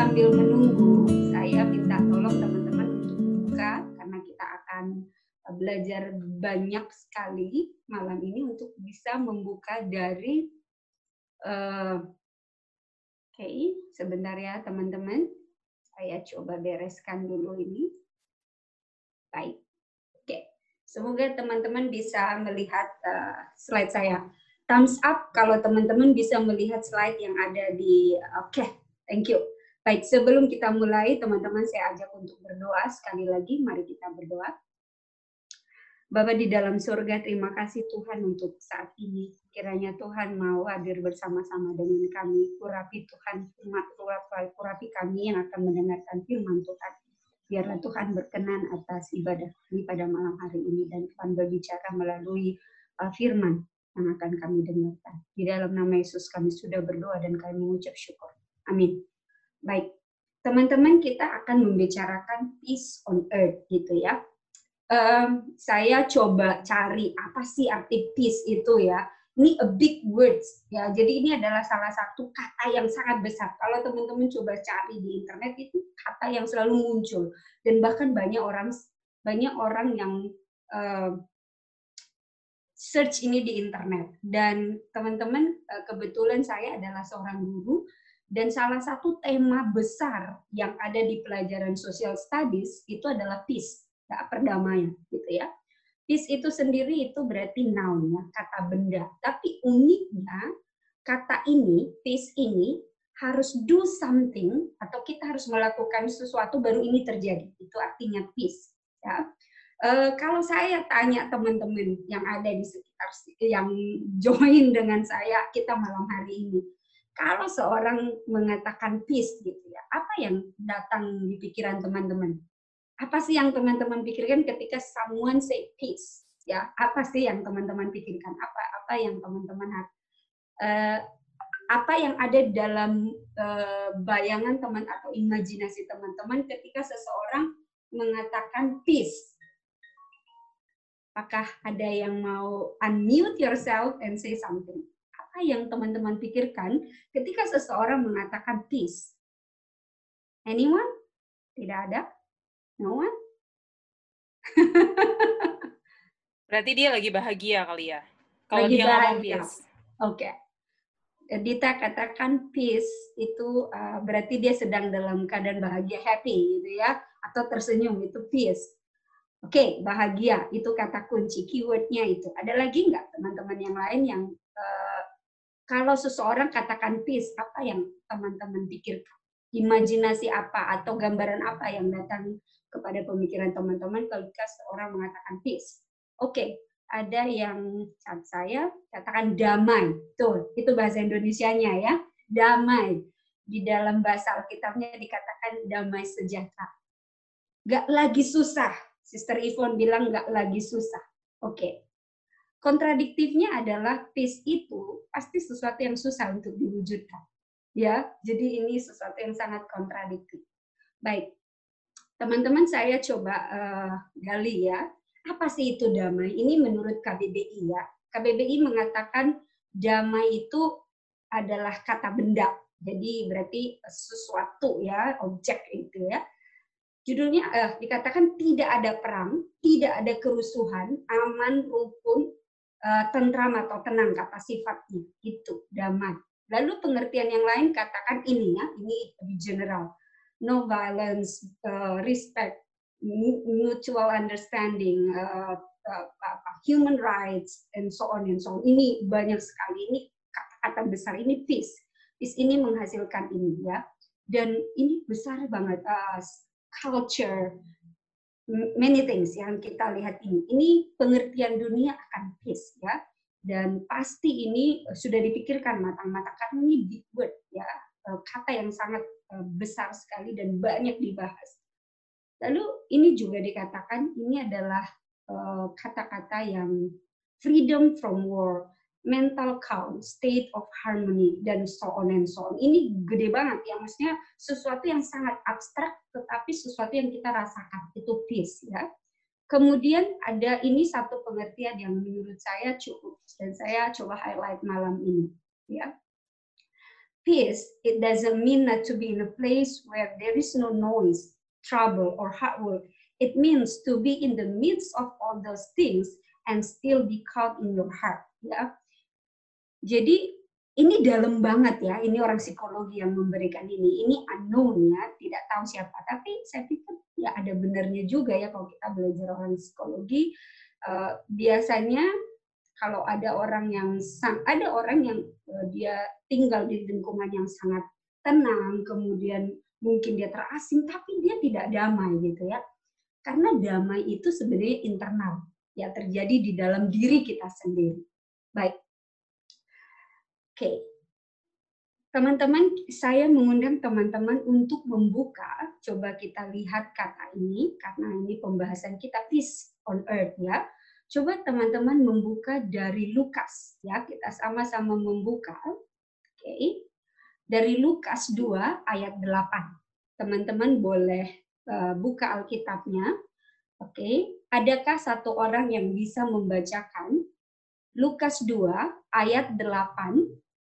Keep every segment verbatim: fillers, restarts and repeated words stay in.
sambil menunggu, saya minta tolong teman-teman untuk buka, karena kita akan belajar banyak sekali malam ini untuk bisa membuka dari uh, oke, okay, sebentar ya teman-teman. Saya coba bereskan dulu ini. Baik. Oke. Okay. Semoga teman-teman bisa melihat uh, slide saya. Thumbs up kalau teman-teman bisa melihat slide yang ada di oke. Okay. Thank you. Baik, sebelum kita mulai, teman-teman saya ajak untuk berdoa sekali lagi. Mari kita berdoa. Bapa di dalam surga, terima kasih Tuhan untuk saat ini. Kiranya Tuhan mau hadir bersama-sama dengan kami. Urapi Tuhan, urapi kami yang akan mendengarkan firman Tuhan. Biarlah Tuhan berkenan atas ibadah kami pada malam hari ini. Dan Tuhan berbicara melalui uh, firman yang akan kami dengarkan. Di dalam nama Yesus kami sudah berdoa dan kami mengucap syukur. Amin. Baik, teman-teman, kita akan membicarakan peace on earth gitu ya. Um, saya coba cari apa sih arti peace itu ya. Ini a big words ya. Jadi ini adalah salah satu kata yang sangat besar. Kalau teman-teman coba cari di internet itu kata yang selalu muncul dan bahkan banyak orang banyak orang yang uh, search ini di internet. Dan teman-teman, uh, kebetulan saya adalah seorang guru. Dan salah satu tema besar yang ada di pelajaran social studies itu adalah peace, ya, perdamaian, gitu ya. Peace itu sendiri itu berarti noun, ya, kata benda. Tapi uniknya kata ini, peace ini harus do something atau kita harus melakukan sesuatu baru ini terjadi. Itu artinya peace. Ya. E, kalau saya tanya teman-teman yang ada di sekitar yang join dengan saya kita malam hari ini. Kalau seorang mengatakan peace gitu ya, apa yang datang di pikiran teman-teman? Apa sih yang teman-teman pikirkan ketika someone say peace? Ya, apa sih yang teman-teman pikirkan? Apa apa yang teman-teman uh, apa yang ada dalam uh, bayangan teman atau imajinasi teman-teman ketika seseorang mengatakan peace? Apakah ada yang mau unmute yourself and say something? Apa yang teman-teman pikirkan ketika seseorang mengatakan peace? Anyone? Tidak ada? No one? Berarti dia lagi bahagia kali ya? Kalau Lagi dia ngomong peace. Oke. Okay. Dita katakan peace itu uh, berarti dia sedang dalam keadaan bahagia, happy gitu ya, atau tersenyum, itu peace. Oke, okay, bahagia itu kata kunci, keywordnya itu. Ada lagi nggak teman-teman yang lain yang uh, kalau seseorang katakan peace, apa yang teman-teman pikirkan? Imajinasi apa atau gambaran apa yang datang kepada pemikiran teman-teman ketika seorang mengatakan peace? Oke, okay, ada yang cat saya katakan damai. Tuh, itu bahasa Indonesianya ya, damai. Di dalam bahasa Alkitabnya dikatakan damai sejahtera. Gak lagi susah. Sister Yvonne bilang gak lagi susah. Oke. Okay. Kontradiktifnya adalah peace itu pasti sesuatu yang susah untuk diwujudkan. Ya, jadi ini sesuatu yang sangat kontradiktif. Baik, teman-teman saya coba uh, gali ya, apa sih itu damai? Ini menurut K B B I ya. K B B I mengatakan damai itu adalah kata benda. Jadi berarti sesuatu ya, objek itu ya. Judulnya eh, dikatakan tidak ada perang, tidak ada kerusuhan, aman, rukun, uh, tentram atau tenang, kata sifatnya itu damai. Lalu pengertian yang lain katakan ini ya, ini di general, no violence, uh, respect, mutual understanding, uh, uh, uh, human rights, and so on and so on. Ini banyak sekali, ini kata-kata besar, ini peace. Peace ini menghasilkan ini ya, dan ini besar banget. Uh, culture, many things yang kita lihat ini. Ini pengertian dunia akan peace ya, dan pasti ini sudah dipikirkan matang-matang karena ini big word ya, kata yang sangat besar sekali dan banyak dibahas. Lalu ini juga dikatakan ini adalah kata-kata yang freedom from war, mental calm, state of harmony, dan so on and so on. Ini gede banget ya, maksudnya sesuatu yang sangat abstrak, tetapi sesuatu yang kita rasakan, itu peace ya. Kemudian ada ini satu pengertian yang menurut saya cukup, dan saya coba highlight malam ini. Ya. peace, it doesn't mean not to be in a place where there is no noise, trouble, or hard work. It means to be in the midst of all those things and still be calm in your heart. Ya, jadi ini dalam banget ya. Ini orang psikologi yang memberikan ini. Ini unknown ya, tidak tahu siapa. Tapi saya pikir ya ada benarnya juga ya kalau kita belajar orang psikologi. Uh, biasanya kalau ada orang yang ada orang yang uh, dia tinggal di lingkungan yang sangat tenang, kemudian mungkin dia terasing, tapi dia tidak damai gitu ya. Karena damai itu sebenarnya internal, ya terjadi di dalam diri kita sendiri. Baik. Oke. Teman-teman, saya mengundang teman-teman untuk membuka, coba kita lihat kata ini, karena ini pembahasan kita peace on earth ya. Coba teman-teman membuka dari Lukas ya, kita sama-sama membuka. Oke. Dari Lukas dua ayat delapan. Teman-teman boleh uh, buka Alkitabnya. Oke. Adakah satu orang yang bisa membacakan Lukas dua ayat delapan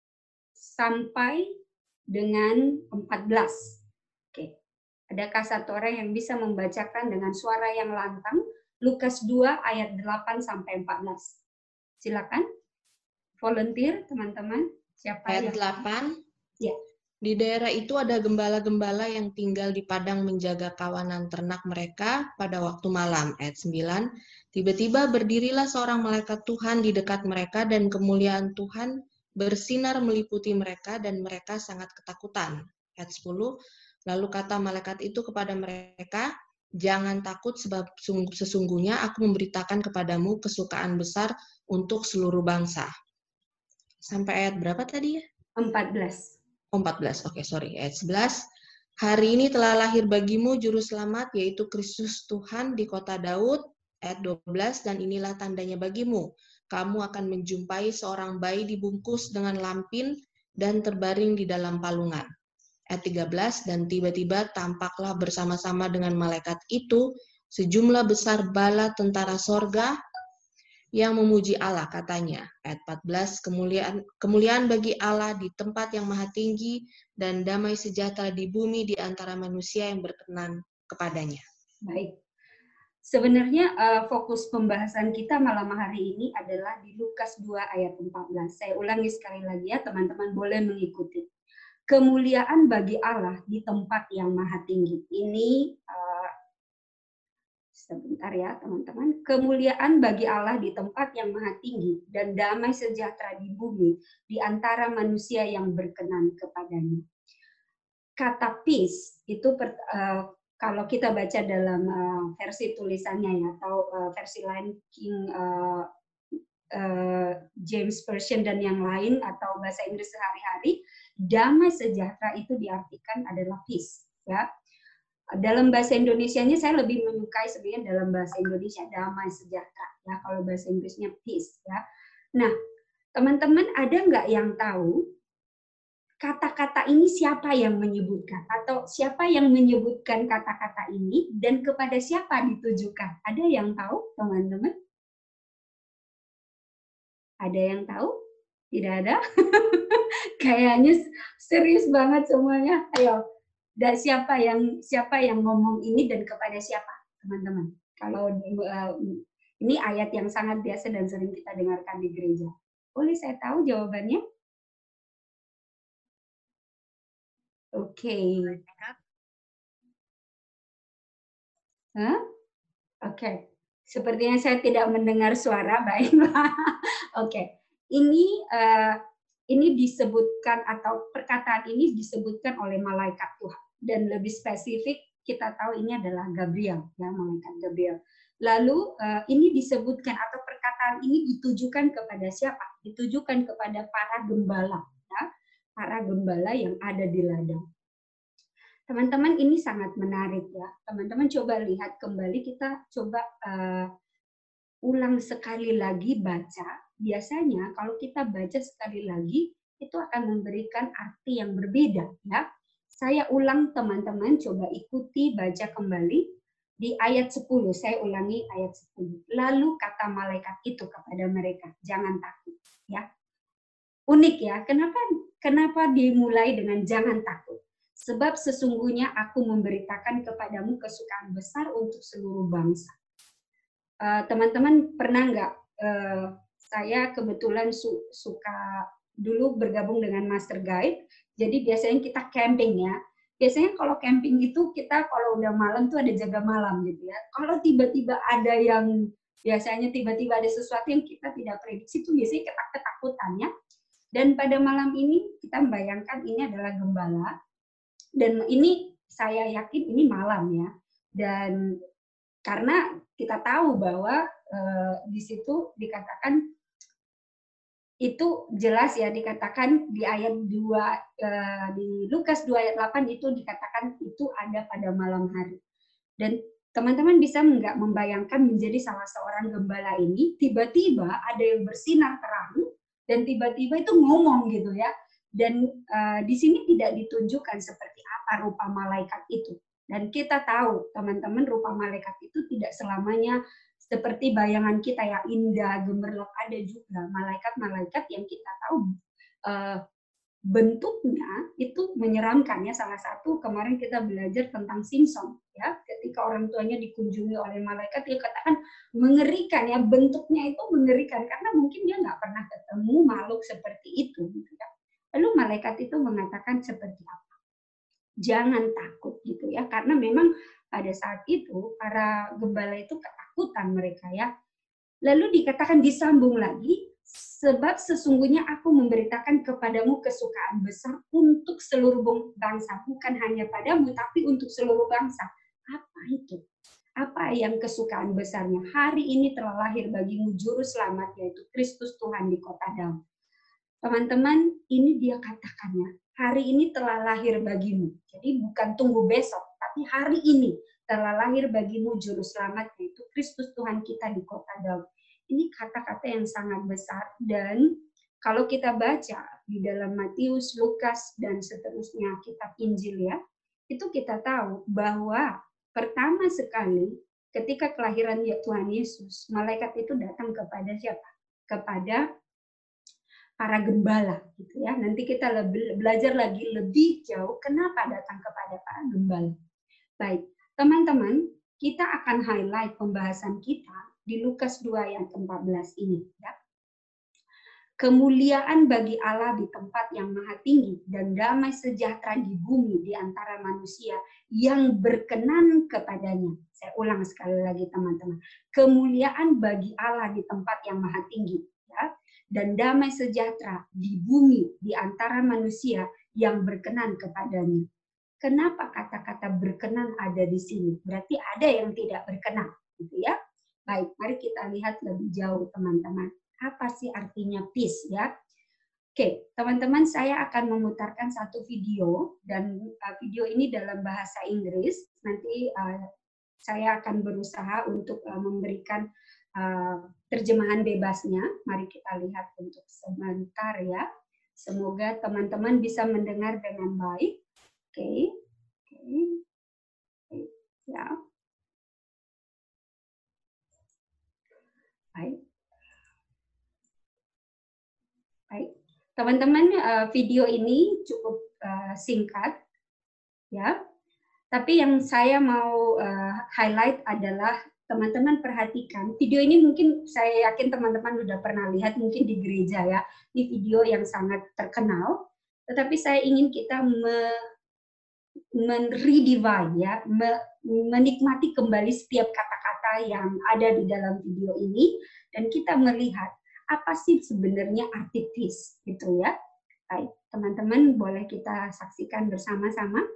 sampai dengan empat belas? Oke. Adakah satu orang yang bisa membacakan dengan suara yang lantang Lukas dua ayat delapan sampai empat belas. Silakan. Volunteer, teman-teman. Siapa ayat yang... delapan. Ya. Di daerah itu ada gembala-gembala yang tinggal di padang menjaga kawanan ternak mereka pada waktu malam. Ayat sembilan. Tiba-tiba berdirilah seorang malaikat Tuhan di dekat mereka dan kemuliaan Tuhan bersinar meliputi mereka dan mereka sangat ketakutan. Ayat sepuluh. Lalu kata malaikat itu kepada mereka, jangan takut sebab sesungguhnya aku memberitakan kepadamu kesukaan besar untuk seluruh bangsa. Sampai ayat berapa tadi ya? empat belas. Oh, empat belas. Oke, okay, sorry. Ayat sebelas. Hari ini telah lahir bagimu juru selamat, yaitu Kristus Tuhan di kota Daud. Ayat dua belas. Dan inilah tandanya bagimu. Kamu akan menjumpai seorang bayi dibungkus dengan lampin dan terbaring di dalam palungan. Ayat tiga belas, dan tiba-tiba tampaklah bersama-sama dengan malaikat itu sejumlah besar bala tentara sorga yang memuji Allah, katanya. Ayat empat belas, kemuliaan, kemuliaan bagi Allah di tempat yang maha tinggi dan damai sejahtera di bumi di antara manusia yang berkenan kepadanya. Baik. Sebenarnya uh, fokus pembahasan kita malam hari ini adalah di Lukas dua ayat empat belas. Saya ulangi sekali lagi ya, teman-teman boleh mengikuti. Kemuliaan bagi Allah di tempat yang maha tinggi. Ini uh, sebentar ya teman-teman. Kemuliaan bagi Allah di tempat yang maha tinggi dan damai sejahtera di bumi di antara manusia yang berkenan kepadanya. Kata peace itu per, uh, kalau kita baca dalam uh, versi tulisannya ya atau uh, versi lain King uh, uh, James Version dan yang lain atau bahasa Inggris sehari-hari, damai sejahtera itu diartikan adalah peace ya. Dalam bahasa Indonesianya saya lebih menyukai sebenarnya dalam bahasa Indonesia damai sejahtera ya, kalau bahasa Inggrisnya peace ya. Nah, teman-teman ada nggak yang tahu kata-kata ini siapa yang menyebutkan atau siapa yang menyebutkan kata-kata ini dan kepada siapa ditujukan? Ada yang tahu, teman-teman? Ada yang tahu? Tidak ada? Kayaknya serius banget semuanya. Ayo, dan siapa yang siapa yang ngomong ini dan kepada siapa, teman-teman? Kalau uh, ini ayat yang sangat biasa dan sering kita dengarkan di gereja. Boleh saya tahu jawabannya? Oke. Okay. Huh? Oke. Okay. Sepertinya saya tidak mendengar suara, baiklah. Oke. Okay. Ini uh, ini disebutkan atau perkataan ini disebutkan oleh malaikat Tuhan dan lebih spesifik kita tahu ini adalah Gabriel ya, malaikat Gabriel. Lalu uh, ini disebutkan atau perkataan ini ditujukan kepada siapa? Ditujukan kepada para gembala ya, para gembala yang ada di ladang. Teman-teman, ini sangat menarik ya. Teman-teman coba lihat kembali, kita coba uh, ulang sekali lagi baca. Biasanya kalau kita baca sekali lagi, itu akan memberikan arti yang berbeda ya. Saya ulang teman-teman, coba ikuti baca kembali di ayat sepuluh. Saya ulangi ayat sepuluh. Lalu kata malaikat itu kepada mereka, jangan takut ya. Unik ya, kenapa Kenapa dimulai dengan jangan takut? Sebab sesungguhnya aku memberitakan kepadamu kesukaan besar untuk seluruh bangsa. Teman-teman uh, pernah nggak? Uh, saya kebetulan su suka dulu bergabung dengan Master Guide. Jadi biasanya kita camping ya. Biasanya kalau camping itu kita kalau udah malam tuh ada jaga malam gitu ya. Kalau tiba-tiba ada yang biasanya tiba-tiba ada sesuatu yang kita tidak prediksi itu biasanya kita ketakutan ya. Dan pada malam ini kita membayangkan ini adalah gembala. Dan ini saya yakin ini malam ya. Dan karena kita tahu bahwa e, di situ dikatakan itu jelas ya, dikatakan di ayat dua, e, di Lukas dua ayat delapan itu dikatakan itu ada pada malam hari. Dan teman-teman bisa nggak membayangkan menjadi salah seorang gembala ini, tiba-tiba ada yang bersinar terang, dan tiba-tiba itu ngomong gitu ya. Dan uh, di sini tidak ditunjukkan seperti apa rupa malaikat itu. Dan kita tahu, teman-teman, rupa malaikat itu tidak selamanya seperti bayangan kita ya, indah, gemerlap. Ada juga malaikat-malaikat yang kita tahu uh, bentuknya itu menyeramkan ya. Salah satu kemarin kita belajar tentang Simpson ya, ketika orang tuanya dikunjungi oleh malaikat, dia katakan mengerikan ya, bentuknya itu mengerikan karena mungkin dia nggak pernah ketemu makhluk seperti itu gitu ya. Lalu malaikat itu mengatakan seperti apa? Jangan takut gitu ya, karena memang pada saat itu para gembala itu ketakutan mereka ya. Lalu dikatakan disambung lagi, sebab sesungguhnya aku memberitakan kepadamu kesukaan besar untuk seluruh bangsa, bukan hanya padamu tapi untuk seluruh bangsa. Apa itu? Apa yang kesukaan besarnya? Hari ini telah lahir bagimu juru selamat, yaitu Kristus Tuhan di kota Daud. Teman-teman, ini dia katakannya, hari ini telah lahir bagimu. Jadi bukan tunggu besok, tapi hari ini telah lahir bagimu juru selamat, yaitu Kristus Tuhan kita di kota Daud. Ini kata-kata yang sangat besar, dan kalau kita baca di dalam Matius, Lukas, dan seterusnya kitab Injil ya, itu kita tahu bahwa pertama sekali ketika kelahiran Tuhan Yesus, malaikat itu datang kepada siapa? Kepada para gembala gitu ya. Nanti kita lebih, belajar lagi lebih jauh kenapa datang kepada para gembala. Baik, teman-teman, kita akan highlight pembahasan kita di Lukas dua ayat empat belas ini ya. Kemuliaan bagi Allah di tempat yang maha tinggi dan damai sejahtera di bumi di antara manusia yang berkenan kepadanya. Saya ulang sekali lagi teman-teman. Kemuliaan bagi Allah di tempat yang maha tinggi ya, dan damai sejahtera di bumi di antara manusia yang berkenan kepadanya. Kenapa kata-kata berkenan ada di sini? Berarti ada yang tidak berkenan, gitu ya. Baik, mari kita lihat lebih jauh teman-teman. Apa sih artinya peace ya? Oke, teman-teman, saya akan memutarkan satu video dan uh, video ini dalam bahasa Inggris. Nanti uh, saya akan berusaha untuk uh, memberikan uh, terjemahan bebasnya. Mari kita lihat untuk sebentar ya. Semoga teman-teman bisa mendengar dengan baik. Oke, oke, oke, ya. Baik. Baik, teman-teman, video ini cukup uh, singkat, ya. Tapi yang saya mau uh, highlight adalah teman-teman perhatikan video ini. Mungkin saya yakin teman-teman sudah pernah lihat mungkin di gereja ya. Ini video yang sangat terkenal. Tetapi saya ingin kita me, men-redivide ya, me, menikmati kembali setiap kata-kata yang ada di dalam video ini dan kita melihat apa sih sebenarnya arti peace gitu ya. Baik, teman-teman boleh kita saksikan bersama-sama.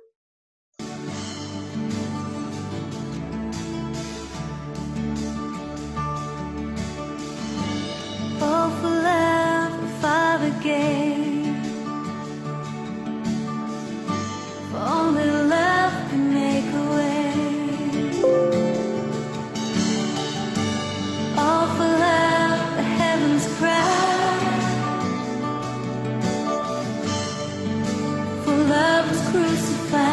Oh, for love, Father gave, for only love can make a way. Oh, for love, the heavens cry, for love was crucified.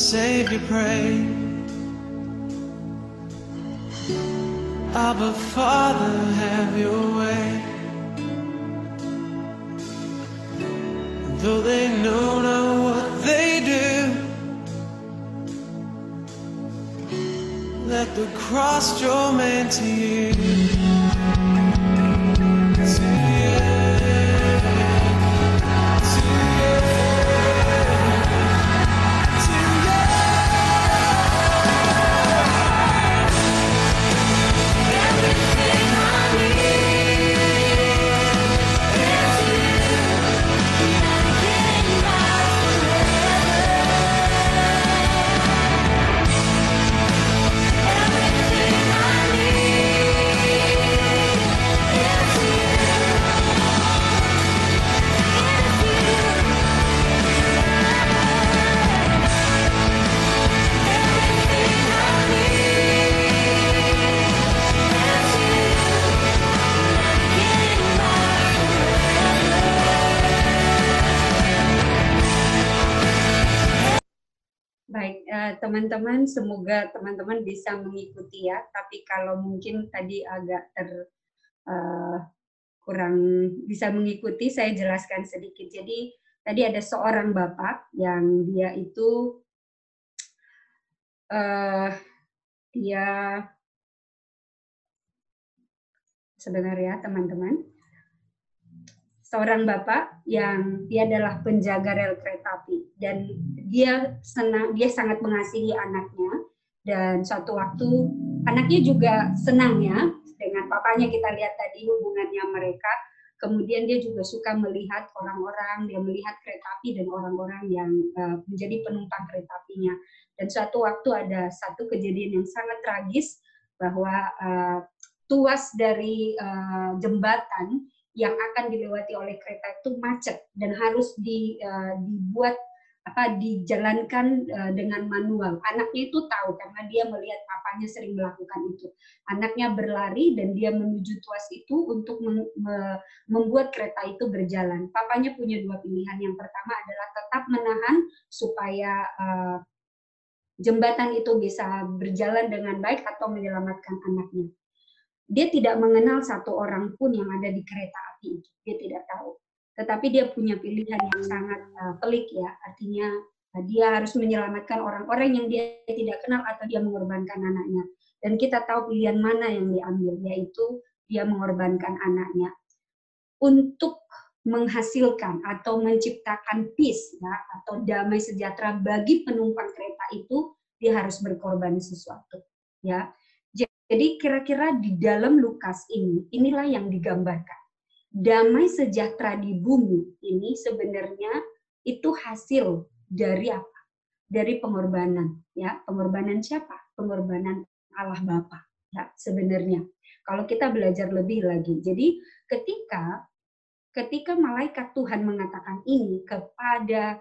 Savior pray. Abba, Father, have your way. Though they know not what they do, let the cross draw men to you. To you. To you. To you. Everything I need is you. Nothing but forever. Everything I need is you. Baik, eh, teman-teman, semoga teman-teman bisa mengikuti ya. Tapi kalau mungkin tadi agak ter eh, kurang bisa mengikuti, saya jelaskan sedikit. Jadi tadi ada seorang bapak yang dia itu eh, dia sebentar ya teman-teman. Seorang bapak yang dia adalah penjaga rel kereta api dan dia senang, dia sangat mengasihi anaknya, dan suatu waktu anaknya juga senang ya dengan papanya. Kita lihat tadi hubungannya mereka. Kemudian dia juga suka melihat orang-orang, dia melihat kereta api dan orang-orang yang uh, menjadi penumpang kereta apinya. Dan suatu waktu ada satu kejadian yang sangat tragis bahwa uh, tuas dari uh, jembatan yang akan dilewati oleh kereta itu macet dan harus di, uh, dibuat apa dijalankan uh, dengan manual. Anaknya itu tahu karena dia melihat papanya sering melakukan itu. Anaknya berlari dan dia menuju tuas itu untuk mem me membuat kereta itu berjalan. Papanya punya dua pilihan. Yang pertama adalah tetap menahan supaya uh, jembatan itu bisa berjalan dengan baik atau menyelamatkan anaknya. Dia tidak mengenal satu orang pun yang ada di kereta api itu, dia tidak tahu. Tetapi dia punya pilihan yang sangat uh, pelik ya, artinya uh, dia harus menyelamatkan orang-orang yang dia tidak kenal atau dia mengorbankan anaknya. Dan kita tahu pilihan mana yang diambil, yaitu dia mengorbankan anaknya untuk menghasilkan atau menciptakan peace ya, atau damai sejahtera bagi penumpang kereta itu. Dia harus berkorban sesuatu ya. Jadi kira-kira di dalam Lukas ini, inilah yang digambarkan. Damai sejahtera di bumi ini sebenarnya itu hasil dari apa? Dari pengorbanan. Ya, pengorbanan siapa? Pengorbanan Allah Bapa. Ya, sebenarnya. Kalau kita belajar lebih lagi. Jadi ketika ketika malaikat Tuhan mengatakan ini kepada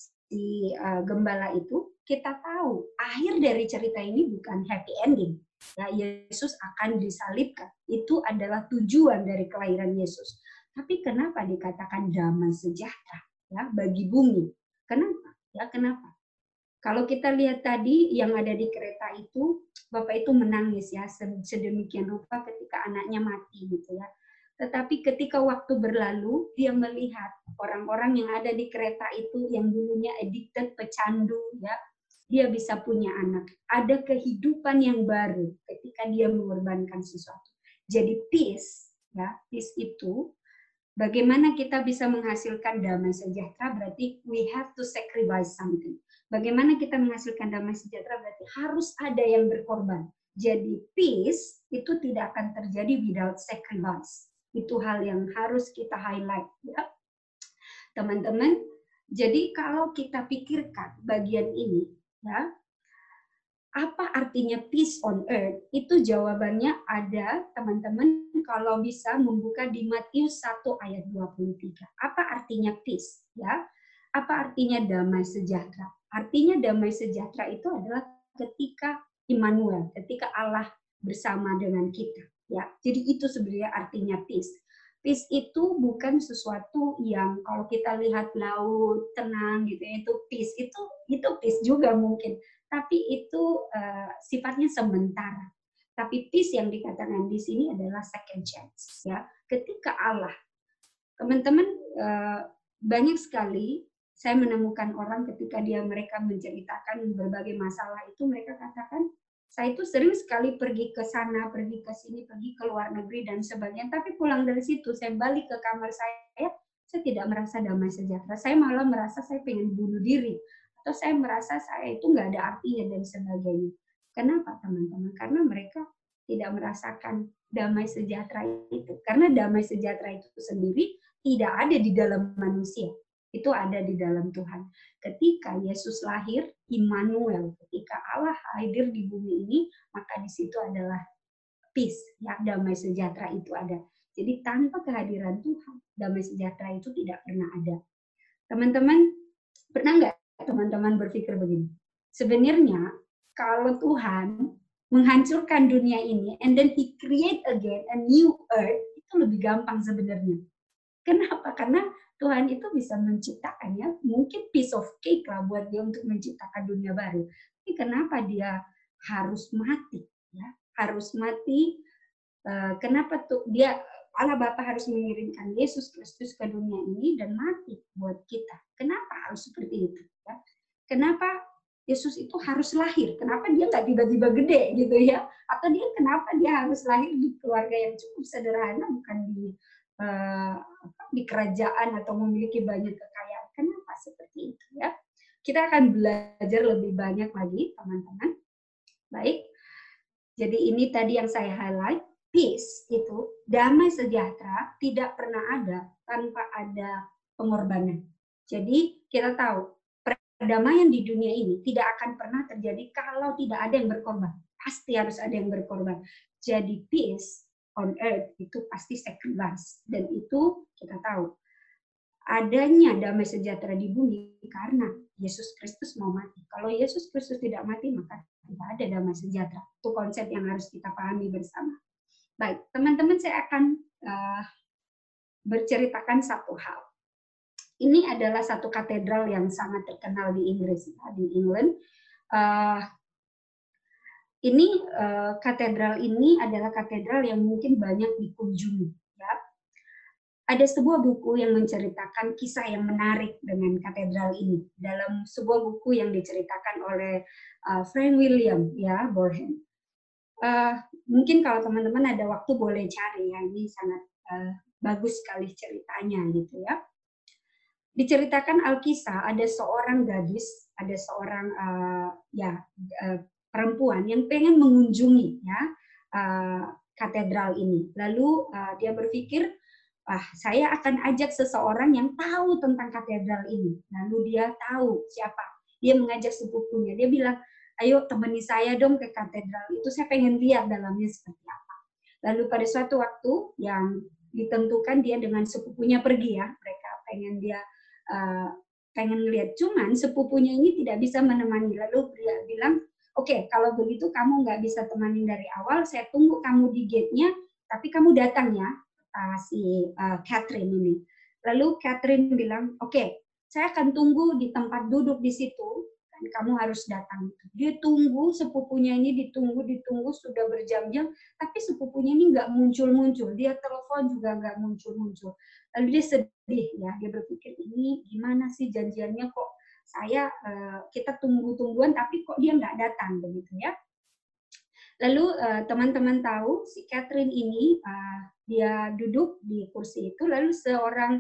si uh, gembala itu, kita tahu akhir dari cerita ini bukan happy ending. Ya, Yesus akan disalibkan. Itu adalah tujuan dari kelahiran Yesus. Tapi kenapa dikatakan damai sejahtera ya bagi bumi? Kenapa? Ya, kenapa? Kalau kita lihat tadi yang ada di kereta itu, Bapak itu menangis ya sedemikian rupa ketika anaknya mati gitu ya. Tetapi ketika waktu berlalu, dia melihat orang-orang yang ada di kereta itu yang dulunya addicted, pecandu ya, dia bisa punya anak. Ada kehidupan yang baru ketika dia mengorbankan sesuatu. Jadi peace, ya, peace itu bagaimana kita bisa menghasilkan damai sejahtera, berarti we have to sacrifice something. Bagaimana kita menghasilkan damai sejahtera berarti harus ada yang berkorban. Jadi peace itu tidak akan terjadi without sacrifice. Itu hal yang harus kita highlight ya. Teman-teman, jadi kalau kita pikirkan bagian ini ya, apa artinya peace on earth? Itu jawabannya ada, teman-teman, kalau bisa membuka di Matius satu ayat dua puluh tiga. Apa artinya peace? Ya, apa artinya damai sejahtera? Artinya damai sejahtera itu adalah ketika Immanuel, ketika Allah bersama dengan kita. Ya, jadi itu sebenarnya artinya peace. Peace itu bukan sesuatu yang kalau kita lihat laut tenang gitu ya, itu peace. Itu itu peace juga mungkin, tapi itu uh, sifatnya sementara. Tapi peace yang dikatakan di sini adalah second chance ya. Ketika Allah, teman-teman, uh, banyak sekali saya menemukan orang ketika dia mereka menceritakan berbagai masalah itu, mereka katakan, saya itu sering sekali pergi ke sana, pergi ke sini, pergi ke luar negeri dan sebagainya. Tapi pulang dari situ, saya balik ke kamar saya, saya tidak merasa damai sejahtera. Saya malah merasa saya pengen bunuh diri. Atau saya merasa saya itu nggak ada artinya dan sebagainya. Kenapa teman-teman? Karena mereka tidak merasakan damai sejahtera itu. Karena damai sejahtera itu sendiri tidak ada di dalam manusia. Itu ada di dalam Tuhan. Ketika Yesus lahir, Immanuel, ketika Allah hadir di bumi ini, maka di situ adalah peace, ya, damai sejahtera itu ada. Jadi tanpa kehadiran Tuhan, damai sejahtera itu tidak pernah ada. Teman-teman, pernah nggak teman-teman berpikir begini? Sebenarnya kalau Tuhan menghancurkan dunia ini, and then He create again a new earth, itu lebih gampang sebenarnya. Kenapa? Karena Tuhan itu bisa menciptakannya, mungkin piece of cake lah buat dia untuk menciptakan dunia baru. Tapi kenapa dia harus mati? Ya, harus mati. Kenapa tuh dia Allah Bapa harus mengirimkan Yesus Kristus ke dunia ini dan mati buat kita? Kenapa harus seperti itu? Ya? Kenapa Yesus itu harus lahir? Kenapa dia nggak tiba-tiba gede gitu ya? Atau dia kenapa dia harus lahir di keluarga yang cukup sederhana, bukan di Uh, di kerajaan atau memiliki banyak kekayaan? Kenapa seperti itu ya? Kita akan belajar lebih banyak lagi teman-teman. Baik, jadi ini tadi yang saya highlight. Peace itu, damai sejahtera, tidak pernah ada tanpa ada pengorbanan. Jadi kita tahu perdamaian di dunia ini tidak akan pernah terjadi kalau tidak ada yang berkorban. Pasti harus ada yang berkorban. Jadi peace on earth itu pasti sacrifice, dan itu kita tahu adanya damai sejahtera di bumi karena Yesus Kristus mau mati. Kalau Yesus Kristus tidak mati, maka tidak ada damai sejahtera. Itu konsep yang harus kita pahami bersama. Baik, teman-teman, saya akan uh, berceritakan satu hal. Ini adalah satu katedral yang sangat terkenal di Inggris, di England. Uh, Ini uh, katedral ini adalah katedral yang mungkin banyak dikunjungi. Ya. Ada sebuah buku yang menceritakan kisah yang menarik dengan katedral ini. Dalam sebuah buku yang diceritakan oleh uh, Frank William, ya, Boreham. Uh, mungkin kalau teman-teman ada waktu boleh cari, ya, ini sangat uh, bagus sekali ceritanya, gitu ya. Diceritakan Alkisah, ada seorang gadis, ada seorang uh, ya. Uh, perempuan yang pengen mengunjungi ya uh, katedral ini. Lalu uh, dia berpikir, ah, saya akan ajak seseorang yang tahu tentang katedral ini. Lalu dia tahu siapa. Dia mengajak sepupunya. Dia bilang, ayo temani saya dong ke katedral itu. Saya pengen lihat dalamnya seperti apa. Lalu pada suatu waktu yang ditentukan, dia dengan sepupunya pergi ya. Mereka pengen dia uh, pengen lihat. Cuman sepupunya ini tidak bisa menemani. Lalu dia bilang, oke, okay, kalau begitu kamu nggak bisa temanin dari awal, saya tunggu kamu di gate-nya, tapi kamu datang ya, uh, si uh, Catherine ini. Lalu Catherine bilang, oke, okay, saya akan tunggu di tempat duduk di situ, dan kamu harus datang. Dia tunggu, sepupunya ini ditunggu, ditunggu, sudah berjam-jam, tapi sepupunya ini nggak muncul-muncul. Dia telepon juga nggak muncul-muncul. Lalu dia sedih, ya, dia berpikir, ini gimana sih janjiannya kok saya kita tunggu-tungguan tapi kok dia nggak datang begitu ya. Lalu teman-teman tahu si Catherine ini dia duduk di kursi itu, lalu seorang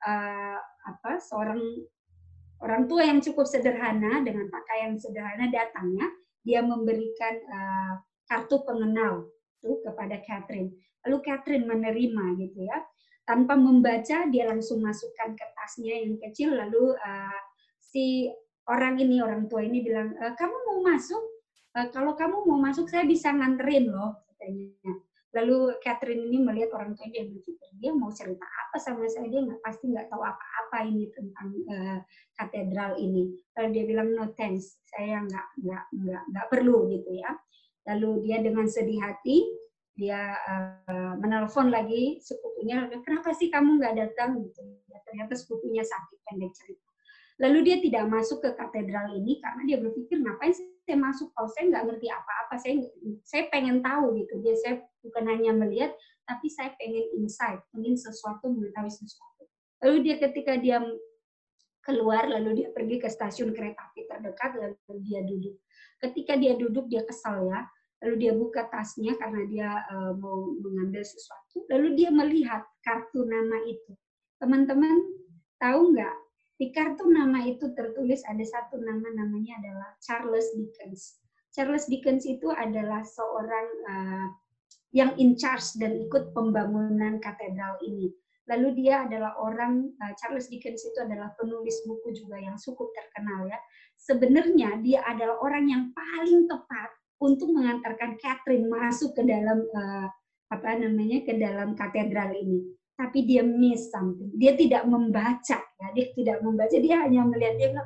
apa seorang orang tua yang cukup sederhana dengan pakaian sederhana datangnya, dia memberikan kartu pengenal itu kepada Catherine. Lalu Catherine menerima gitu ya, tanpa membaca dia langsung masukkan ke tasnya yang kecil. Lalu si orang ini, orang tua ini bilang, e, kamu mau masuk? E, kalau kamu mau masuk, saya bisa nganterin loh, katanya. Lalu Catherine ini melihat orang tua dia berpikir, dia mau cerita apa sama saya? Dia nggak pasti nggak tahu apa-apa ini tentang uh, katedral ini. Lalu dia bilang, no thanks, saya nggak nggak nggak nggak perlu gitu ya. Lalu dia dengan sedih hati dia uh, menelpon lagi sepupunya, kenapa sih kamu nggak datang? Gitu. Ya, ternyata sepupunya sakit, pendek cerita. Lalu dia tidak masuk ke katedral ini karena dia berpikir, ngapain saya masuk kalau saya nggak ngerti apa-apa, saya saya pengen tahu gitu. Dia saya bukan hanya melihat, tapi saya pengen insight, pengen sesuatu, mengetahui sesuatu. Lalu dia ketika dia keluar, lalu dia pergi ke stasiun kereta api terdekat, lalu dia duduk. Ketika dia duduk, dia kesal ya. Lalu dia buka tasnya karena dia uh, mau mengambil sesuatu. Lalu dia melihat kartu nama itu. Teman-teman tahu nggak? Di kartu nama itu tertulis ada satu nama, namanya adalah Charles Dickens. Charles Dickens itu adalah seorang uh, yang in charge dan ikut pembangunan katedral ini. Lalu dia adalah orang, uh, Charles Dickens itu adalah penulis buku juga yang cukup terkenal ya. Sebenarnya dia adalah orang yang paling tepat untuk mengantarkan Catherine masuk ke dalam uh, apa namanya ke dalam katedral ini. Tapi dia miss something. Dia tidak membaca, ya. Dia tidak membaca. Dia hanya melihat, dia bilang,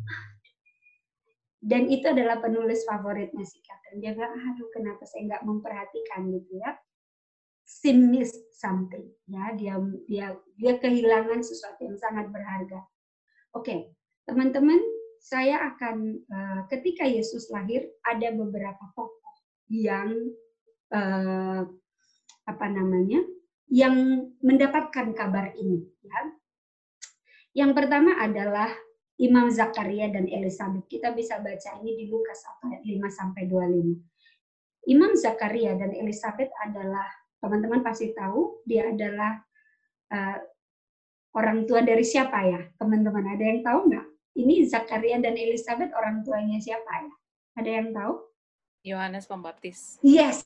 dan itu adalah penulis favoritnya si Catherine. Dia bilang, aduh kenapa saya nggak memperhatikan gitu ya. She missed something, ya. Dia dia dia kehilangan sesuatu yang sangat berharga. Oke, teman-teman, saya akan uh, ketika Yesus lahir ada beberapa tokoh yang uh, apa namanya yang mendapatkan kabar ini. Ya. Yang pertama adalah Imam Zakaria dan Elizabeth. Kita bisa baca ini di Lukas satu ayat lima sampai dua puluh lima. Imam Zakaria dan Elizabeth adalah, teman-teman pasti tahu, dia adalah uh, orang tua dari siapa ya? Teman-teman ada yang tahu nggak? Ini Zakaria dan Elizabeth orang tuanya siapa ya? Ada yang tahu? Yohanes Pembaptis. Yes.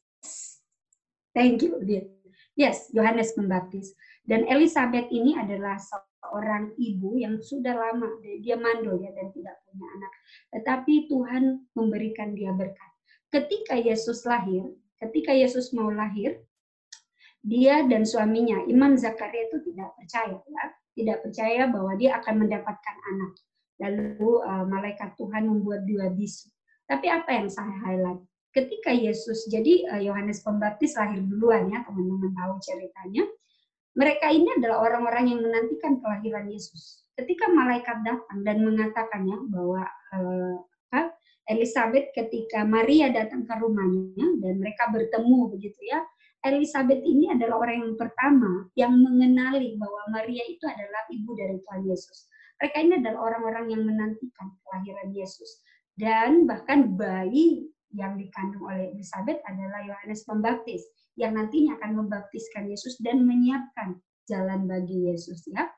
Thank you, dear. Yes, Yohanes Pembaptis. Dan Elizabeth ini adalah seorang ibu yang sudah lama, dia mandul ya dan tidak punya anak. Tetapi Tuhan memberikan dia berkat. Ketika Yesus lahir, ketika Yesus mau lahir, dia dan suaminya, Imam Zakaria itu tidak percaya ya, tidak percaya bahwa dia akan mendapatkan anak. Lalu uh, malaikat Tuhan membuat dua bisu. Tapi apa yang saya highlight? Ketika Yesus, jadi uh, Yohanes Pembaptis lahir duluan ya, teman-teman tahu ceritanya. Mereka ini adalah orang-orang yang menantikan kelahiran Yesus. Ketika malaikat datang dan mengatakannya bahwa uh, Elizabeth ketika Maria datang ke rumahnya dan mereka bertemu begitu ya, Elizabeth ini adalah orang yang pertama yang mengenali bahwa Maria itu adalah ibu dari Tuhan Yesus. Mereka ini adalah orang-orang yang menantikan kelahiran Yesus. Dan bahkan bayi yang dikandung oleh Elizabeth adalah Yohanes Pembaptis, yang nantinya akan membaptiskan Yesus dan menyiapkan jalan bagi Yesus. Ya.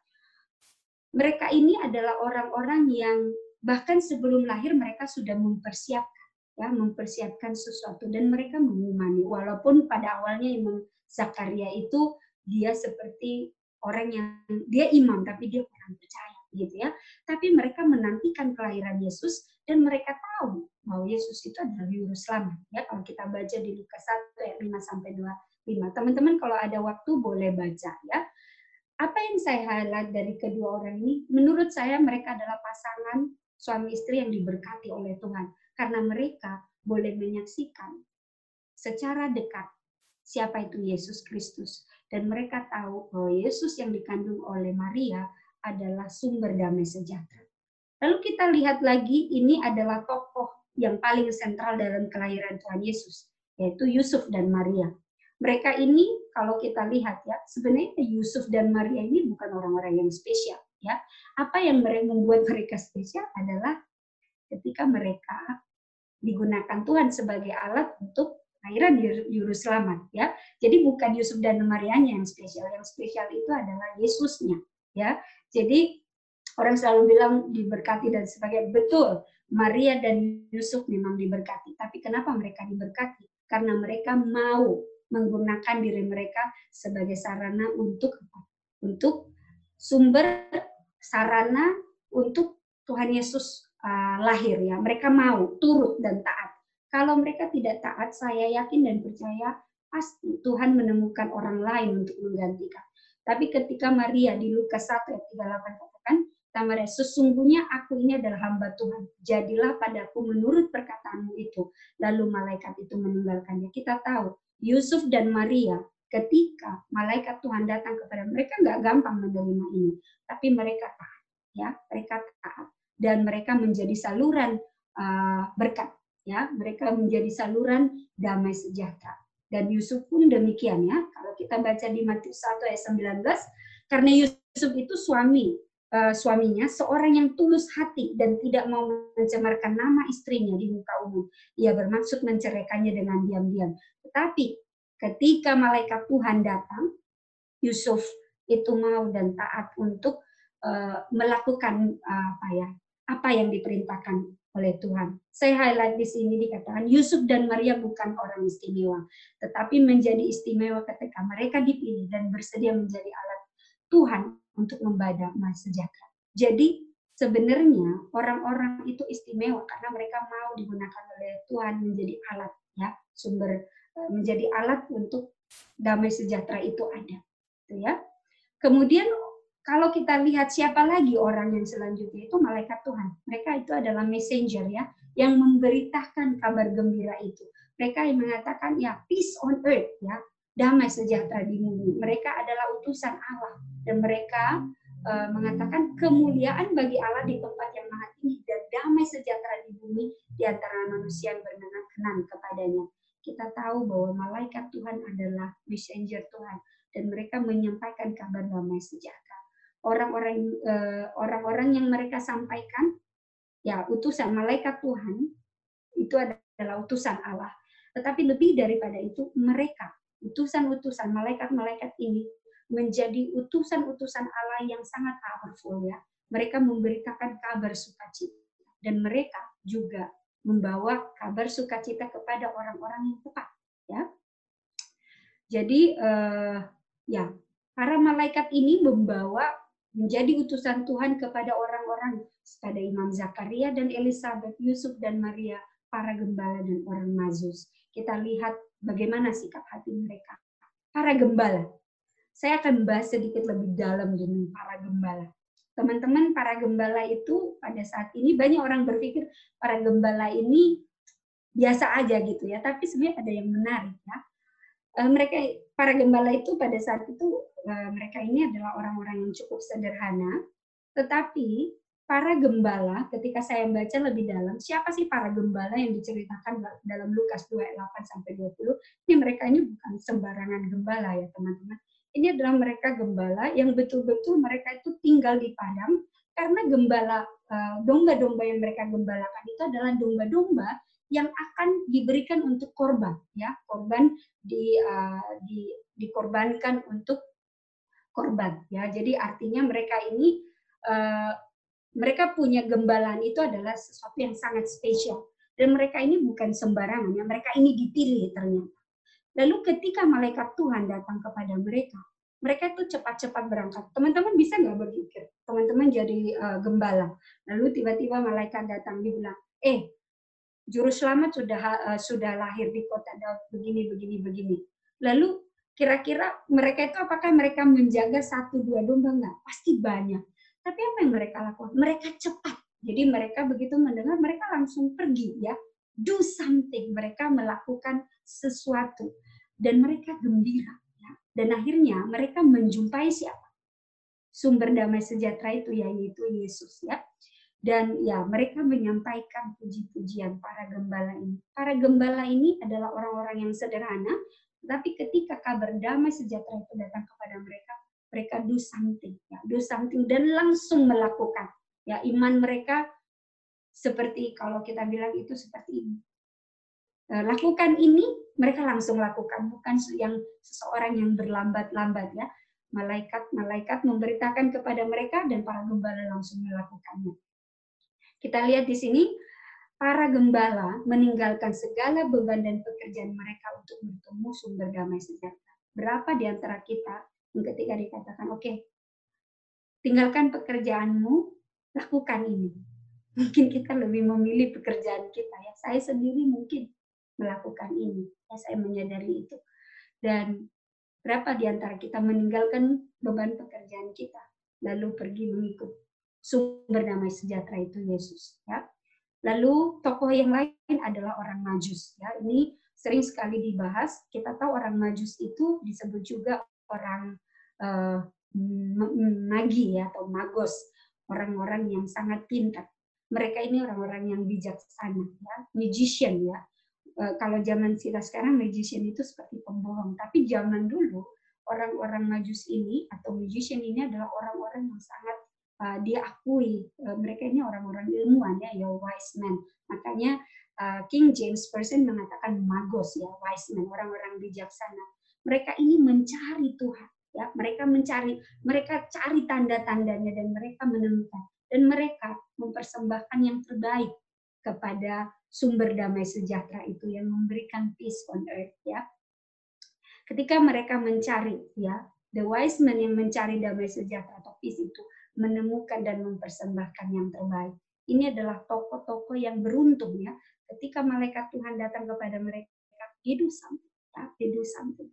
Mereka ini adalah orang-orang yang bahkan sebelum lahir mereka sudah mempersiapkan, ya, mempersiapkan sesuatu. Dan mereka mengimani, walaupun pada awalnya Imam Zakaria itu dia seperti orang yang, dia imam, tapi dia kurang percaya. Gitu ya, tapi mereka menantikan kelahiran Yesus dan mereka tahu bahwa Yesus itu adalah juru selamat. Ya, kalau kita baca di Lukas satu ayat lima sampai dua puluh lima, teman-teman kalau ada waktu boleh baca ya. Apa yang saya highlight dari kedua orang ini? Menurut saya mereka adalah pasangan suami istri yang diberkati oleh Tuhan karena mereka boleh menyaksikan secara dekat siapa itu Yesus Kristus dan mereka tahu bahwa Yesus yang dikandung oleh Maria adalah sumber damai sejahtera. Lalu kita lihat lagi, ini adalah tokoh yang paling sentral dalam kelahiran Tuhan Yesus, yaitu Yusuf dan Maria. Mereka ini, kalau kita lihat ya, sebenarnya Yusuf dan Maria ini bukan orang-orang yang spesial. Ya, apa yang mereka membuat mereka spesial adalah ketika mereka digunakan Tuhan sebagai alat untuk kelahiran juru selamat. Ya, jadi bukan Yusuf dan Marianya yang spesial, yang spesial itu adalah Yesusnya. Ya, jadi orang selalu bilang diberkati dan sebagainya. Betul, Maria dan Yusuf memang diberkati. Tapi kenapa mereka diberkati? Karena mereka mau menggunakan diri mereka sebagai sarana untuk untuk sumber sarana untuk Tuhan Yesus uh, lahir ya. Mereka mau turut dan taat. Kalau mereka tidak taat, saya yakin dan percaya pasti Tuhan menemukan orang lain untuk menggantikan. Tapi ketika Maria di Lukas satu ayat tiga puluh delapan katakan, Maria, sesungguhnya aku ini adalah hamba Tuhan. Jadilah padaku menurut perkataanmu itu. Lalu malaikat itu meninggalkannya. Kita tahu Yusuf dan Maria, ketika malaikat Tuhan datang kepada mereka, nggak gampang menerima ini, tapi mereka taat, ya, mereka taat, dan mereka menjadi saluran uh, berkat, ya, mereka menjadi saluran damai sejahtera. Dan Yusuf pun demikian, ya. Kalau kita baca di Matius satu ayat sembilan belas, karena Yusuf itu suami uh, suaminya seorang yang tulus hati dan tidak mau mencemarkan nama istrinya di muka umum. Ia bermaksud menceraikannya dengan diam-diam. Tetapi ketika malaikat Tuhan datang, Yusuf itu mau dan taat untuk uh, melakukan uh, apa ya, apa yang diperintahkan oleh Tuhan. Saya highlight di sini dikatakan Yusuf dan Maria bukan orang istimewa, tetapi menjadi istimewa ketika mereka dipilih dan bersedia menjadi alat Tuhan untuk membawa damai sejahtera. Jadi sebenarnya orang-orang itu istimewa karena mereka mau digunakan oleh Tuhan menjadi alat, ya, sumber, menjadi alat untuk damai sejahtera itu ada, gitu ya. Kemudian kalau kita lihat siapa lagi orang yang selanjutnya, itu malaikat Tuhan. Mereka itu adalah messenger, ya, yang memberitakan kabar gembira itu. Mereka yang mengatakan ya peace on earth, ya, damai sejahtera di bumi. Mereka adalah utusan Allah dan mereka uh, mengatakan kemuliaan bagi Allah di tempat yang maha tinggi dan damai sejahtera di bumi di antara manusia yang berkenan kepadanya. Kita tahu bahwa malaikat Tuhan adalah messenger Tuhan dan mereka menyampaikan kabar damai sejahtera. Orang-orang uh, orang-orang yang mereka sampaikan, ya, utusan malaikat Tuhan itu adalah utusan Allah. Tetapi lebih daripada itu, mereka utusan-utusan malaikat-malaikat ini menjadi utusan-utusan Allah yang sangat powerful, ya. Mereka memberitakan kabar sukacita dan mereka juga membawa kabar sukacita kepada orang-orang yang tepat, ya. Jadi uh, ya, para malaikat ini membawa menjadi utusan Tuhan kepada orang-orang, kepada Imam Zakaria dan Elizabeth, Yusuf dan Maria, para gembala dan orang Mazus. Kita lihat bagaimana sikap hati mereka. Para gembala. Saya akan bahas sedikit lebih dalam dengan para gembala. Teman-teman, para gembala itu pada saat ini banyak orang berpikir para gembala ini biasa aja gitu, ya, tapi sebenarnya ada yang menarik, ya. Mereka, para gembala itu pada saat itu mereka ini adalah orang-orang yang cukup sederhana, tetapi para gembala, ketika saya baca lebih dalam, siapa sih para gembala yang diceritakan dalam Lukas dua ayat delapan sampai dua puluh, ini mereka ini bukan sembarangan gembala, ya teman-teman. Ini adalah mereka gembala yang betul-betul mereka itu tinggal di padang, karena gembala, domba-domba yang mereka gembalakan itu adalah domba-domba yang akan diberikan untuk korban, ya, korban di, uh, di dikorbankan untuk korban, ya. Jadi artinya mereka ini uh, mereka punya gembalaan itu adalah sesuatu yang sangat spesial dan mereka ini bukan sembarangan, ya. Mereka ini dipilih ternyata. Lalu ketika malaikat Tuhan datang kepada mereka, mereka itu cepat-cepat berangkat. Teman-teman bisa nggak berpikir, teman-teman jadi uh, gembala, lalu tiba-tiba malaikat datang, dia bilang, eh Juru Selamat sudah uh, sudah lahir di kota Daud, begini, begini, begini. Lalu kira-kira mereka itu apakah mereka menjaga satu dua domba? Enggak, pasti banyak. Tapi apa yang mereka lakukan? Mereka cepat. Jadi mereka begitu mendengar, mereka langsung pergi, ya. Do something. Mereka melakukan sesuatu. Dan mereka gembira. Ya. Dan akhirnya mereka menjumpai siapa? Sumber damai sejahtera itu, yaitu Yesus, ya. Dan ya, mereka menyampaikan puji-pujian para gembala ini. Para gembala ini adalah orang-orang yang sederhana, tapi ketika kabar damai sejahtera itu datang kepada mereka, mereka do something, ya, do something dan langsung melakukan. Ya, iman mereka seperti kalau kita bilang itu seperti ini. Lakukan ini, mereka langsung lakukan, bukan yang seseorang yang berlambat-lambat, ya. Malaikat-malaikat memberitakan kepada mereka dan para gembala langsung melakukannya. Kita lihat di sini, para gembala meninggalkan segala beban dan pekerjaan mereka untuk bertemu sumber damai sejahtera. Berapa di antara kita yang ketika dikatakan, oke, okay, tinggalkan pekerjaanmu, lakukan ini. Mungkin kita lebih memilih pekerjaan kita, ya. Saya sendiri mungkin melakukan ini, ya, saya menyadari itu. Dan berapa di antara kita meninggalkan beban pekerjaan kita, lalu pergi mengikut sumber damai sejahtera itu Yesus, ya. Lalu tokoh yang lain adalah orang Majus, ya. Ini sering sekali dibahas. Kita tahu orang Majus itu disebut juga orang uh, magi ya, atau magos, orang-orang yang sangat pintar. Mereka ini orang-orang yang bijaksana, ya, magician ya. Uh, kalau zaman kita sekarang magician itu seperti pembohong, tapi zaman dulu orang-orang Majus ini atau magician ini adalah orang-orang yang sangat uh, dia akui. Uh, mereka ini orang-orang ilmuwan ya, ya wise men. Makanya uh, King James Version mengatakan magos ya, wise men, orang-orang bijaksana. Mereka ini mencari Tuhan, ya. Mereka mencari, mereka cari tanda-tandanya dan mereka menemukan, dan mereka mempersembahkan yang terbaik kepada sumber damai sejahtera itu yang memberikan peace on earth, ya. Ketika mereka mencari, ya, the wise men yang mencari damai sejahtera atau peace itu menemukan dan mempersembahkan yang terbaik. Ini adalah tokoh-tokoh yang beruntung, ya. Ketika malaikat Tuhan datang kepada mereka, they do something, ya, they do something.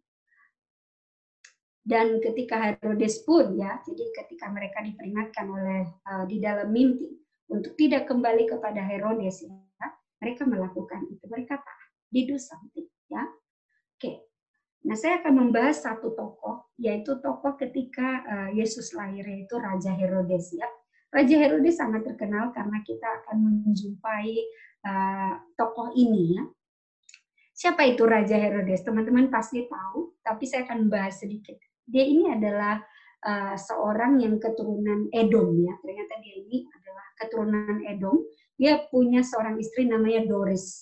Dan ketika Herodes pun, ya, jadi ketika mereka diperingatkan oleh uh, di dalam mimpi untuk tidak kembali kepada Herodes, ya, mereka melakukan itu. Mereka taat, they do something, ya. Oke. Nah, saya akan membahas satu tokoh, yaitu tokoh ketika uh, Yesus lahir, yaitu Raja Herodes, ya. Raja Herodes sangat terkenal karena kita akan menjumpai uh, tokoh ini, ya. Siapa itu Raja Herodes? Teman-teman pasti tahu, tapi saya akan bahas sedikit. Dia ini adalah uh, seorang yang keturunan Edom, ya. Ternyata dia ini adalah keturunan Edom. Dia punya seorang istri namanya Doris.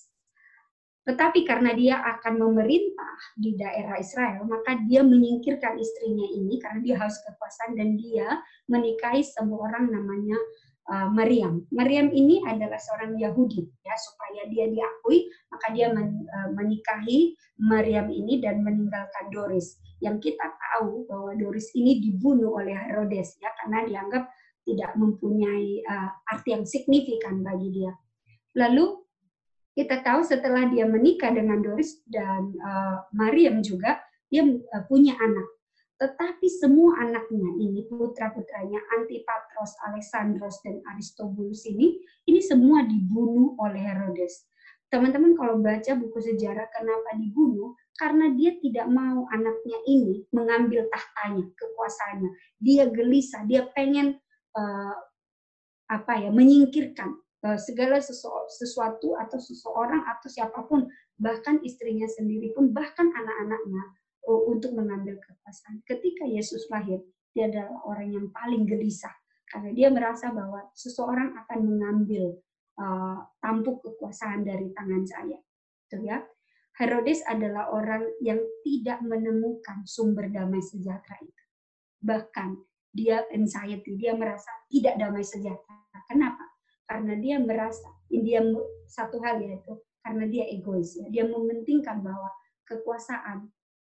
Tetapi karena dia akan memerintah di daerah Israel, maka dia menyingkirkan istrinya ini karena dia haus kekuasaan dan dia menikahi seorang namanya uh, Maryam. Maryam ini adalah seorang Yahudi, ya, supaya dia diakui, maka dia men, uh, menikahi Maryam ini dan meninggalkan Doris. Yang kita tahu bahwa Doris ini dibunuh oleh Herodes, ya, karena dianggap tidak mempunyai uh, arti yang signifikan bagi dia. Lalu kita tahu setelah dia menikah dengan Doris dan uh, Maryam juga, dia uh, punya anak. Tetapi semua anaknya ini, putra-putranya Antipatros, Alexandros, dan Aristobulus ini, ini semua dibunuh oleh Herodes. Teman-teman kalau baca buku sejarah kenapa dibunuh, karena dia tidak mau anaknya ini mengambil tahtanya, kekuasaannya. Dia gelisah, dia pengen uh, apa ya, menyingkirkan uh, segala sesu- sesuatu atau seseorang atau siapapun, bahkan istrinya sendiri pun, bahkan anak-anaknya uh, untuk mengambil kekuasaan. Ketika Yesus lahir, dia adalah orang yang paling gelisah karena dia merasa bahwa seseorang akan mengambil uh, tampuk kekuasaan dari tangan saya. Gitu ya. Herodes adalah orang yang tidak menemukan sumber damai sejahtera itu. Bahkan dia anxiety, dia merasa tidak damai sejahtera. Kenapa? Karena dia merasa, dia satu hal yaitu karena dia egois, ya. Dia mementingkan bahwa kekuasaan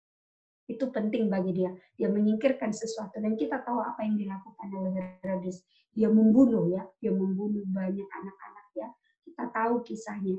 itu penting bagi dia. Dia menyingkirkan sesuatu dan kita tahu apa yang dilakukan oleh Herodes. Dia membunuh, ya, dia membunuh banyak anak-anak, ya. Kita tahu kisahnya.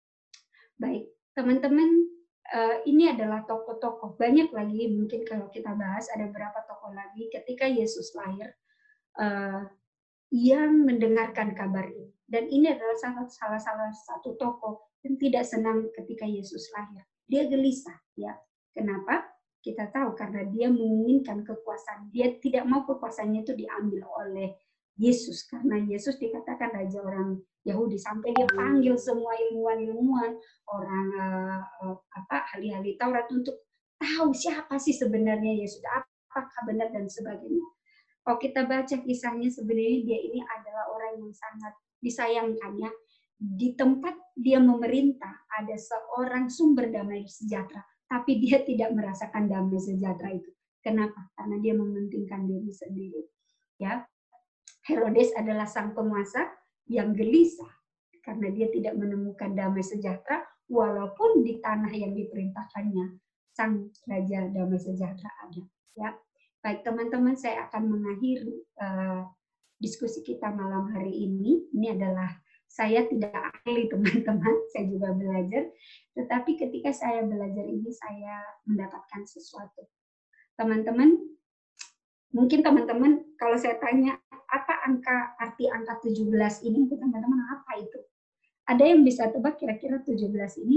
Baik. Teman-teman, uh, ini adalah tokoh-tokoh. Banyak lagi, mungkin kalau kita bahas, ada beberapa tokoh lagi ketika Yesus lahir, uh, yang mendengarkan kabar ini. Dan ini adalah salah, salah, salah satu tokoh yang tidak senang ketika Yesus lahir. Dia gelisah, ya. Kenapa? Kita tahu karena dia menginginkan kekuasaan. Dia tidak mau kekuasaannya itu diambil oleh Yesus, karena Yesus dikatakan raja orang Yahudi, sampai dia panggil semua ilmuwan-ilmuwan, orang uh, uh, apa ahli-ahli Taurat untuk tahu siapa sih sebenarnya Yesus, apakah benar dan sebagainya. Kalau kita baca kisahnya, sebenarnya dia ini adalah orang yang sangat disayangkan, ya. Di tempat dia memerintah ada seorang sumber damai sejahtera, tapi dia tidak merasakan damai sejahtera itu. Kenapa? Karena dia mementingkan diri sendiri, ya. Herodes adalah sang penguasa yang gelisah karena dia tidak menemukan damai sejahtera, walaupun di tanah yang diperintahkannya sang raja damai sejahtera ada, ya. Baik teman-teman, saya akan mengakhiri uh, diskusi kita malam hari ini. Ini adalah, saya tidak ahli teman-teman, saya juga belajar, tetapi ketika saya belajar ini saya mendapatkan sesuatu. Teman-teman, mungkin teman-teman kalau saya tanya apa angka arti angka tujuh belas ini, teman-teman apa itu? Ada yang bisa tebak kira-kira tujuh belas ini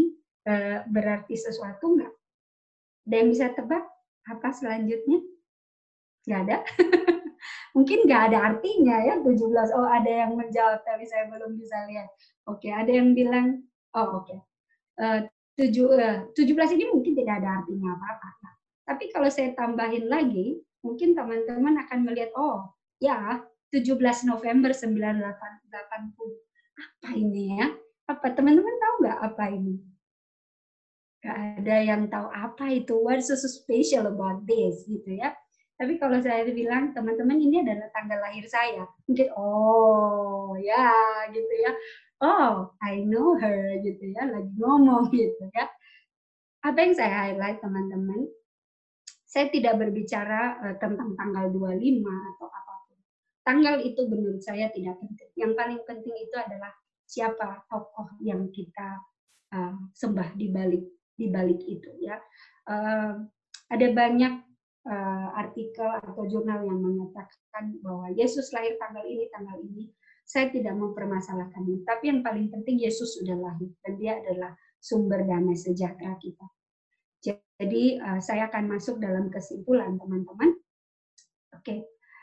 uh, berarti sesuatu nggak? Ada yang bisa tebak apa selanjutnya? Nggak ada? Mungkin nggak ada artinya ya tujuh belas. Oh, ada yang menjawab tapi saya belum bisa lihat. Oke, ada yang bilang, oh oke. Uh, tujuh, uh, tujuh belas ini mungkin tidak ada artinya apa-apa. Nah, tapi kalau saya tambahin lagi, mungkin teman-teman akan melihat, oh ya, tujuh belas November seribu sembilan ratus delapan puluh. Apa ini ya? Apa teman-teman tahu nggak apa ini? Nggak ada yang tahu apa itu. What's so special about this gitu ya? Tapi kalau saya bilang, teman-teman ini adalah tanggal lahir saya. Mungkin, oh ya gitu ya. Oh, I know her gitu ya. Lagi ngomong gitu ya. Apa yang saya highlight teman-teman? Saya tidak berbicara uh, tentang tanggal dua puluh lima atau apapun. Tanggal itu menurut saya tidak penting. Yang paling penting itu adalah siapa tokoh yang kita uh, sembah di balik di balik itu ya. Uh, ada banyak uh, artikel atau jurnal yang menyatakan bahwa Yesus lahir tanggal ini, tanggal ini. Saya tidak mempermasalahkan ini, tapi yang paling penting Yesus sudah lahir dan dia adalah sumber damai sejahtera kita. Jadi uh, saya akan masuk dalam kesimpulan teman-teman. Oke, okay.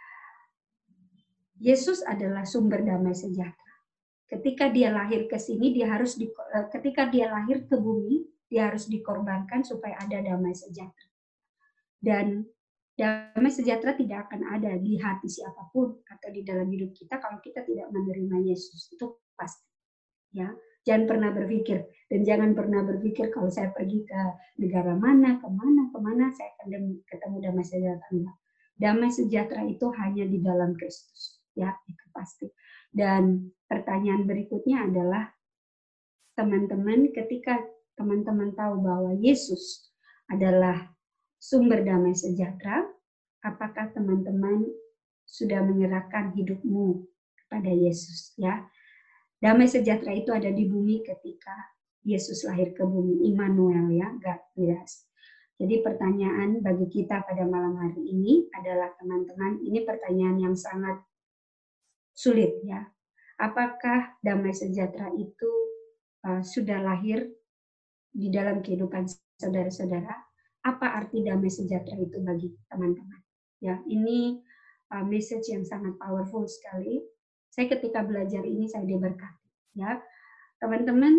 Yesus adalah sumber damai sejahtera. Ketika dia lahir ke sini, dia harus di, uh, ketika dia lahir ke bumi, dia harus dikorbankan supaya ada damai sejahtera. Dan damai sejahtera tidak akan ada di hati siapapun atau di dalam hidup kita kalau kita tidak menerima Yesus. Itu pasti. Ya, jangan pernah berpikir dan jangan pernah berpikir kalau saya pergi ke negara mana, kemana, kemana saya akan ketemu damai sejahtera. Enggak. Damai sejahtera itu hanya di dalam Kristus. Ya, itu pasti. Dan pertanyaan berikutnya adalah teman-teman, ketika teman-teman tahu bahwa Yesus adalah sumber damai sejahtera, apakah teman-teman sudah menyerahkan hidupmu kepada Yesus? Ya, damai sejahtera itu ada di bumi ketika Yesus lahir ke bumi, Immanuel ya, God with us. Jadi pertanyaan bagi kita pada malam hari ini adalah teman-teman, ini pertanyaan yang sangat sulit ya. Apakah damai sejahtera itu uh, sudah lahir di dalam kehidupan saudara-saudara? Apa arti damai sejahtera itu bagi teman-teman? Ya, ini uh, message yang sangat powerful sekali. Saya ketika belajar ini saya diberkati. Ya, teman-teman,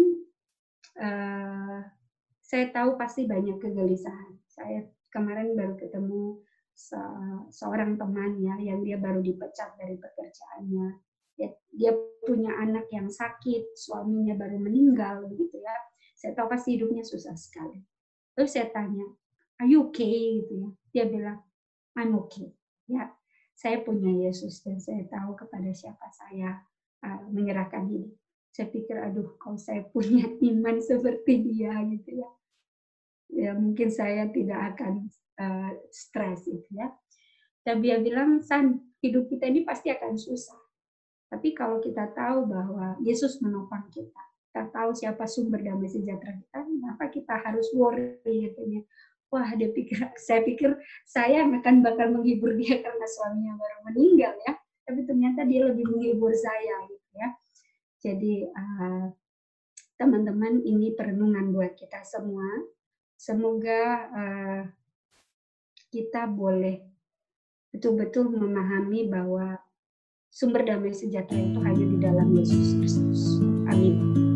uh, saya tahu pasti banyak kegelisahan. Saya kemarin baru ketemu se seorang teman ya, yang dia baru dipecat dari pekerjaannya. Dia, dia punya anak yang sakit, suaminya baru meninggal, begitu ya. Saya tahu pasti hidupnya susah sekali. Lalu saya tanya, are you okay? Gitu ya. Dia bilang, I'm okay. Ya, saya punya Yesus dan saya tahu kepada siapa saya uh, menyerahkan hidup. Saya pikir, aduh, kalau saya punya iman seperti dia, gitu ya, ya mungkin saya tidak akan uh, stres, gitu ya. Dan dia bilang, San, hidup kita ini pasti akan susah. Tapi kalau kita tahu bahwa Yesus menopang kita, kita tahu siapa sumber damai sejahtera kita, kenapa kita harus worry, gitu. Wah, dia pikir, saya pikir saya akan bakal menghibur dia karena suaminya baru meninggal ya. Tapi ternyata dia lebih menghibur saya gitu ya. Jadi uh, teman-teman, ini perenungan buat kita semua. Semoga uh, kita boleh betul-betul memahami bahwa sumber damai sejahtera itu hanya di dalam Yesus Kristus. Amin.